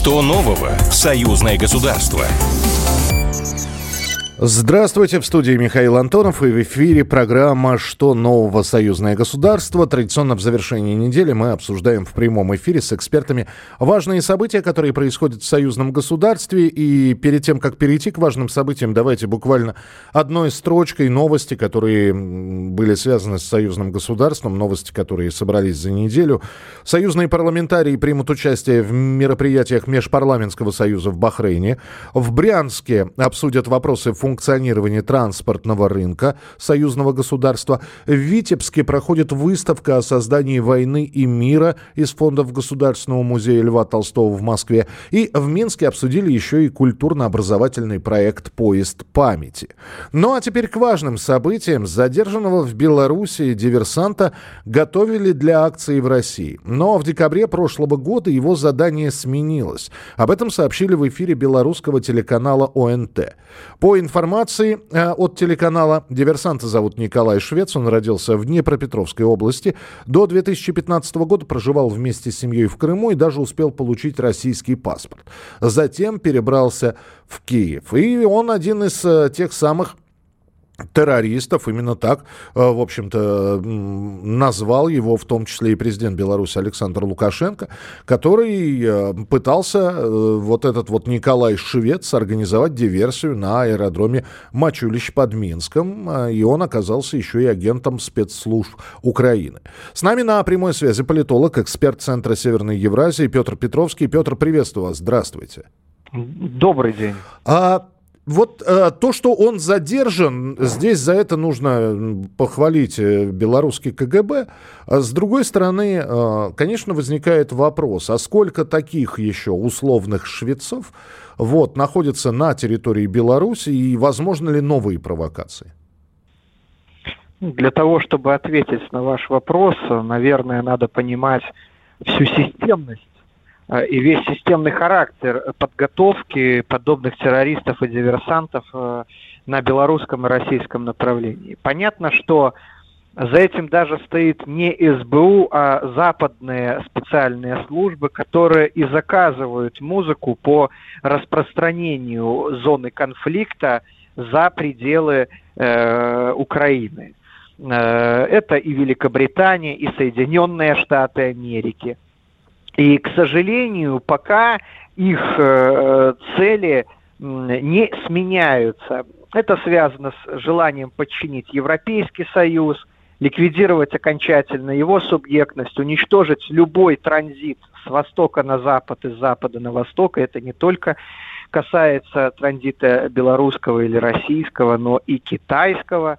Что нового в союзное государство? Здравствуйте, в студии Михаил Антонов, и в эфире программа «Что нового союзное государство». Традиционно в завершении недели мы обсуждаем в прямом эфире с экспертами важные события, которые происходят в союзном государстве. И перед тем, как перейти к важным событиям, давайте буквально одной строчкой новости, которые были связаны с союзным государством, новости, которые собрались за неделю. Союзные парламентарии примут участие в мероприятиях Межпарламентского союза в Бахрейне. В Брянске обсудят вопросы функционирования транспортного рынка союзного государства. В Витебске проходит выставка о создании войны и мира из фондов Государственного музея Льва Толстого в Москве. И в Минске обсудили еще и культурно-образовательный проект «Поезд памяти». Ну а теперь к важным событиям. Задержанного в Беларуси диверсанта готовили для акции в России. Но в декабре прошлого года его задание сменилось. Об этом сообщили в эфире белорусского телеканала ОНТ. По информации от телеканала, диверсанта зовут Николай Швец, он родился в Днепропетровской области, до 2015 года проживал вместе с семьей в Крыму и даже успел получить российский паспорт. Затем перебрался в Киев. И он один из тех самых террористов, именно так, в общем-то, назвал его, в том числе и президент Беларуси Александр Лукашенко, который пытался, вот этот вот Николай Швец, организовать диверсию на аэродроме Мачулищ под Минском, и он оказался еще и агентом спецслужб Украины. С нами на прямой связи политолог, эксперт Центра Северной Евразии Петр Петровский. Петр, приветствую вас, здравствуйте. Добрый день. Вот то, что он задержан, здесь за это нужно похвалить белорусский КГБ. С другой стороны, конечно, возникает вопрос, а сколько таких еще условных швецов находится на территории Беларуси, и возможны ли новые провокации? Для того, чтобы ответить на ваш вопрос, наверное, надо понимать всю системность и весь системный характер подготовки подобных террористов и диверсантов на белорусском и российском направлении. Понятно, что за этим даже стоит не СБУ, а западные специальные службы, которые и заказывают музыку по распространению зоны конфликта за пределы Украины. Это и Великобритания, и Соединенные Штаты Америки. И, к сожалению, пока их цели не сменяются. Это связано с желанием подчинить Европейский Союз, ликвидировать окончательно его субъектность, уничтожить любой транзит с востока на запад и с запада на восток. Это не только касается транзита белорусского или российского, но и китайского.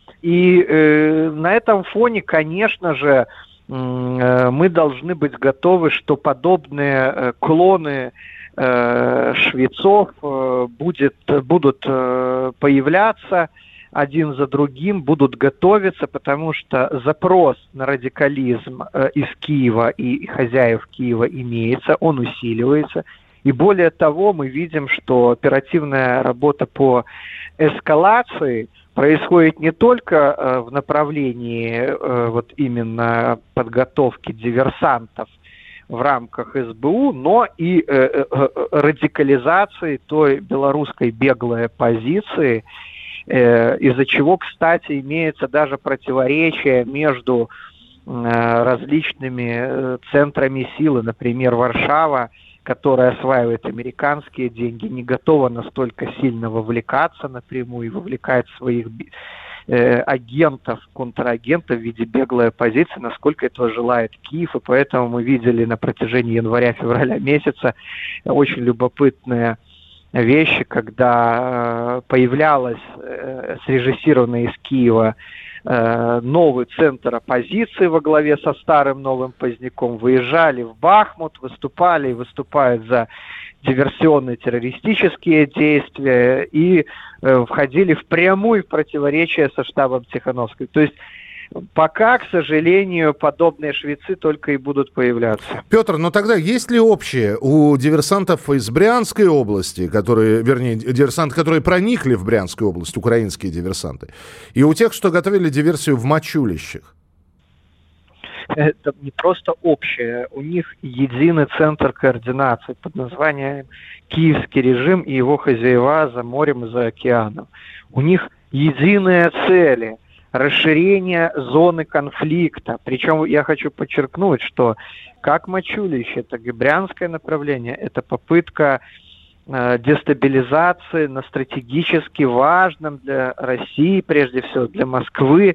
И на этом фоне, конечно же, мы должны быть готовы, что подобные клоны швецов будут появляться один за другим, будут готовиться, потому что запрос на радикализм из Киева и хозяев Киева имеется, он усиливается. И более того, мы видим, что оперативная работа по эскалации происходит не только в направлении именно подготовки диверсантов в рамках СБУ, но и радикализации той белорусской беглой оппозиции, из-за чего, кстати, имеется даже противоречие между различными центрами силы. Например, Варшава, которая осваивает американские деньги, не готова настолько сильно вовлекаться напрямую и вовлекает своих агентов, контрагентов в виде беглой оппозиции, насколько этого желает Киев. И поэтому мы видели на протяжении января-февраля месяца очень любопытные вещи, когда появлялась срежиссированная из Киева новый центр оппозиции во главе со старым Новым Поздняком, выезжали в Бахмут, выступали и выступают за диверсионные террористические действия и входили в прямое противоречие со штабом Тихановской. То есть пока, к сожалению, подобные швецы только и будут появляться. Петр, но тогда есть ли общее у диверсантов из Брянской области, диверсанты, которые проникли в Брянскую область, украинские диверсанты, и у тех, что готовили диверсию в Мачулищах? это не просто общее, у них единый центр координации под названием «Киевский режим и его хозяева за морем и за океаном». У них единые цели – расширение зоны конфликта. Причем я хочу подчеркнуть, что как Мачулище, так и Брянское направление – это попытка дестабилизации на стратегически важном для России, прежде всего для Москвы,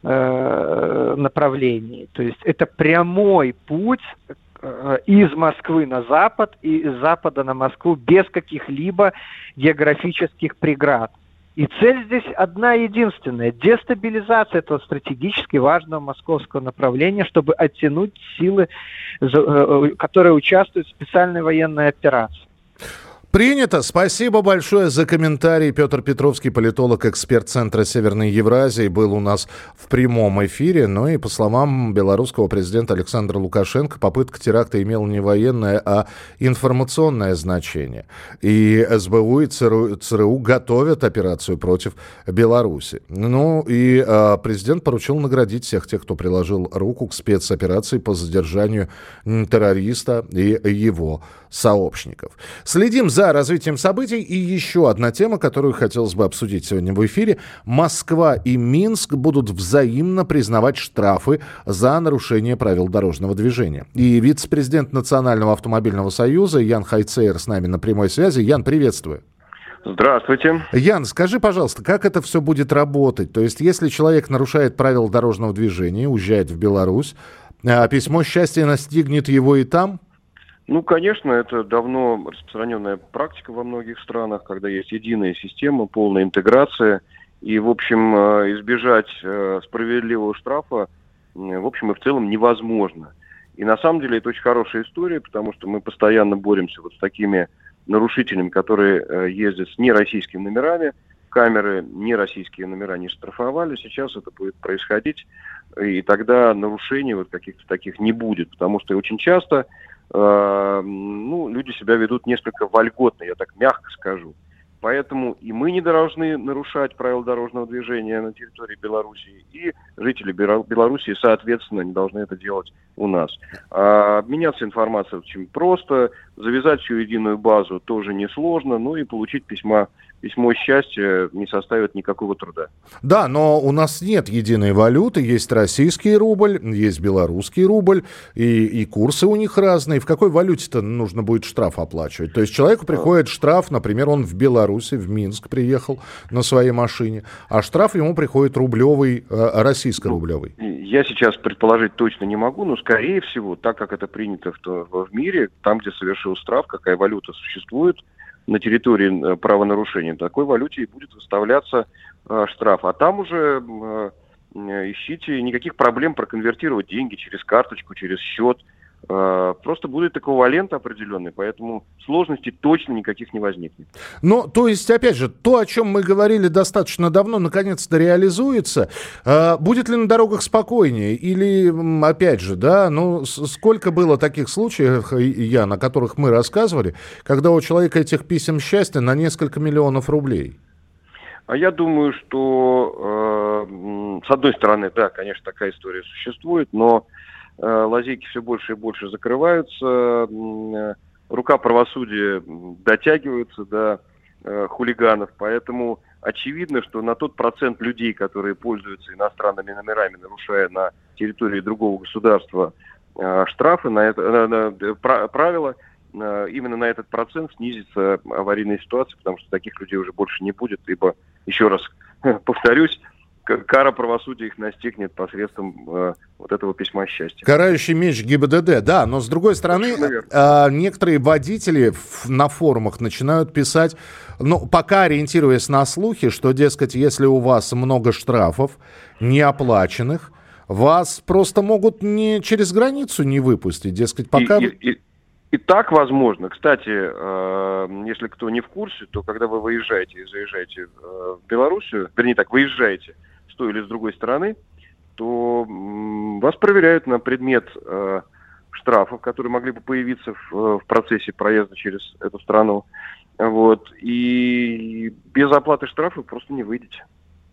направлении. То есть это прямой путь из Москвы на Запад и из Запада на Москву без каких-либо географических преград. И цель здесь одна единственная – дестабилизация этого стратегически важного московского направления, чтобы оттянуть силы, которые участвуют в специальной военной операции. Принято. Спасибо большое за комментарий. Петр Петровский, политолог, эксперт Центра Северной Евразии, был у нас в прямом эфире. Ну и по словам белорусского президента Александра Лукашенко, попытка теракта имела не военное, а информационное значение. И СБУ и ЦРУ готовят операцию против Беларуси. Ну и президент поручил наградить всех тех, кто приложил руку к спецоперации по задержанию террориста и его сообщников. Следим за развитием событий. И еще одна тема, которую хотелось бы обсудить сегодня в эфире. Москва и Минск будут взаимно признавать штрафы за нарушение правил дорожного движения. И вице-президент Национального автомобильного союза Ян Хайцейер с нами на прямой связи. Ян, приветствую. Здравствуйте. Ян, скажи, пожалуйста, как это все будет работать? То есть, если человек нарушает правила дорожного движения, уезжает в Беларусь, письмо счастья настигнет его и там? Ну, конечно, это давно распространенная практика во многих странах, когда есть единая система, полная интеграция, и, в общем, избежать справедливого штрафа, в общем, и в целом невозможно. И на самом деле это очень хорошая история, потому что мы постоянно боремся вот с такими нарушителями, которые ездят с нероссийскими номерами, камеры нероссийские номера не штрафовали, сейчас это будет происходить, и тогда нарушений вот каких-то таких не будет, потому что очень часто люди себя ведут несколько вольготно, я так мягко скажу. Поэтому и мы не должны нарушать правила дорожного движения на территории Белоруссии, и жители Белоруссии, соответственно, не должны это делать у нас. Обменяться информацией очень просто, завязать всю единую базу тоже несложно, ну и получить письмо счастья не составит никакого труда. Да, но у нас нет единой валюты, есть российский рубль, есть белорусский рубль, и курсы у них разные. В какой валюте-то нужно будет штраф оплачивать? То есть человеку приходит штраф, например, он в Беларуси, в Минск приехал на своей машине, а штраф ему приходит рублевый, российско-рублевый. Я сейчас предположить точно не могу, но, скорее всего, так как это принято в мире, там, где совершил штраф, какая валюта существует, на территории правонарушения, такой валюте и будет выставляться штраф. А там уже ищите, никаких проблем проконвертировать деньги через карточку, через счет. Просто будет эквивалент определенный, поэтому сложностей точно никаких не возникнет. Ну, то есть, опять же, то, о чем мы говорили достаточно давно, наконец-то реализуется. Будет ли на дорогах спокойнее? Или, опять же, да, сколько было таких случаев, Ян, о которых мы рассказывали, когда у человека этих писем счастья на несколько миллионов рублей? А я думаю, что, с одной стороны, да, конечно, такая история существует, но лазейки все больше и больше закрываются, рука правосудия дотягивается до хулиганов, поэтому очевидно, что на тот процент людей, которые пользуются иностранными номерами, нарушая на территории другого государства штрафы, на это правила, именно на этот процент снизится аварийная ситуация, потому что таких людей уже больше не будет, ибо, еще раз повторюсь, кара правосудия их настигнет посредством вот этого письма счастья. Карающий меч ГИБДД, да, но с другой стороны, некоторые водители на форумах начинают писать, пока ориентируясь на слухи, что, дескать, если у вас много штрафов неоплаченных, вас просто могут через границу не выпустить, дескать, пока... И так возможно. Кстати, если кто не в курсе, то когда вы выезжаете и заезжаете в Белоруссию, выезжаете с той или с другой стороны, то вас проверяют на предмет штрафов, которые могли бы появиться в процессе проезда через эту страну. Вот. И без оплаты штрафа просто не выйдете.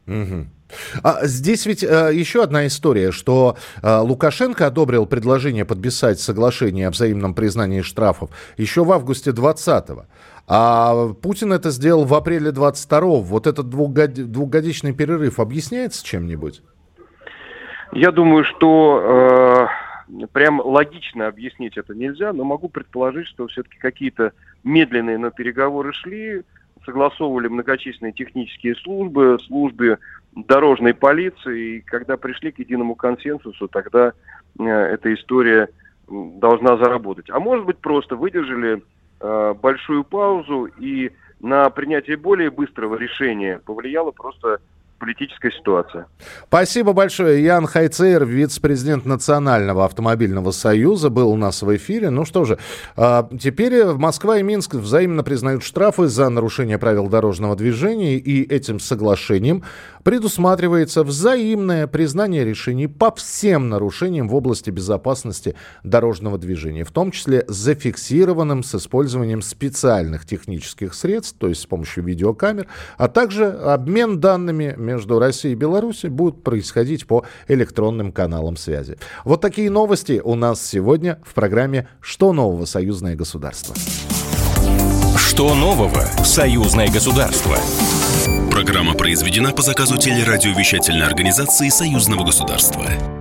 Угу. Здесь ведь еще одна история, что Лукашенко одобрил предложение подписать соглашение о взаимном признании штрафов еще в августе 2020-го, а Путин это сделал в апреле 22-го. Вот этот двухгодичный перерыв объясняется чем-нибудь? Я думаю, что прям логично объяснить это нельзя, но могу предположить, что все-таки какие-то медленные, но переговоры шли, согласовывали многочисленные технические службы дорожной полиции, и когда пришли к единому консенсусу, тогда эта история должна заработать. А может быть, просто выдержали большую паузу, и на принятие более быстрого решения повлияла просто политическая ситуация. Спасибо большое. Ян Хайцейер, вице-президент Национального автомобильного союза, был у нас в эфире. Ну что же, теперь Москва и Минск взаимно признают штрафы за нарушение правил дорожного движения, и этим соглашением предусматривается взаимное признание решений по всем нарушениям в области безопасности дорожного движения, в том числе зафиксированным с использованием специальных технических средств, то есть с помощью видеокамер, а также обмен данными между Россией и Беларусью будет происходить по электронным каналам связи. Вот такие новости у нас сегодня в программе «Что нового? Союзное государство». Что нового? Союзное государство. Программа произведена по заказу телерадиовещательной организации Союзного государства.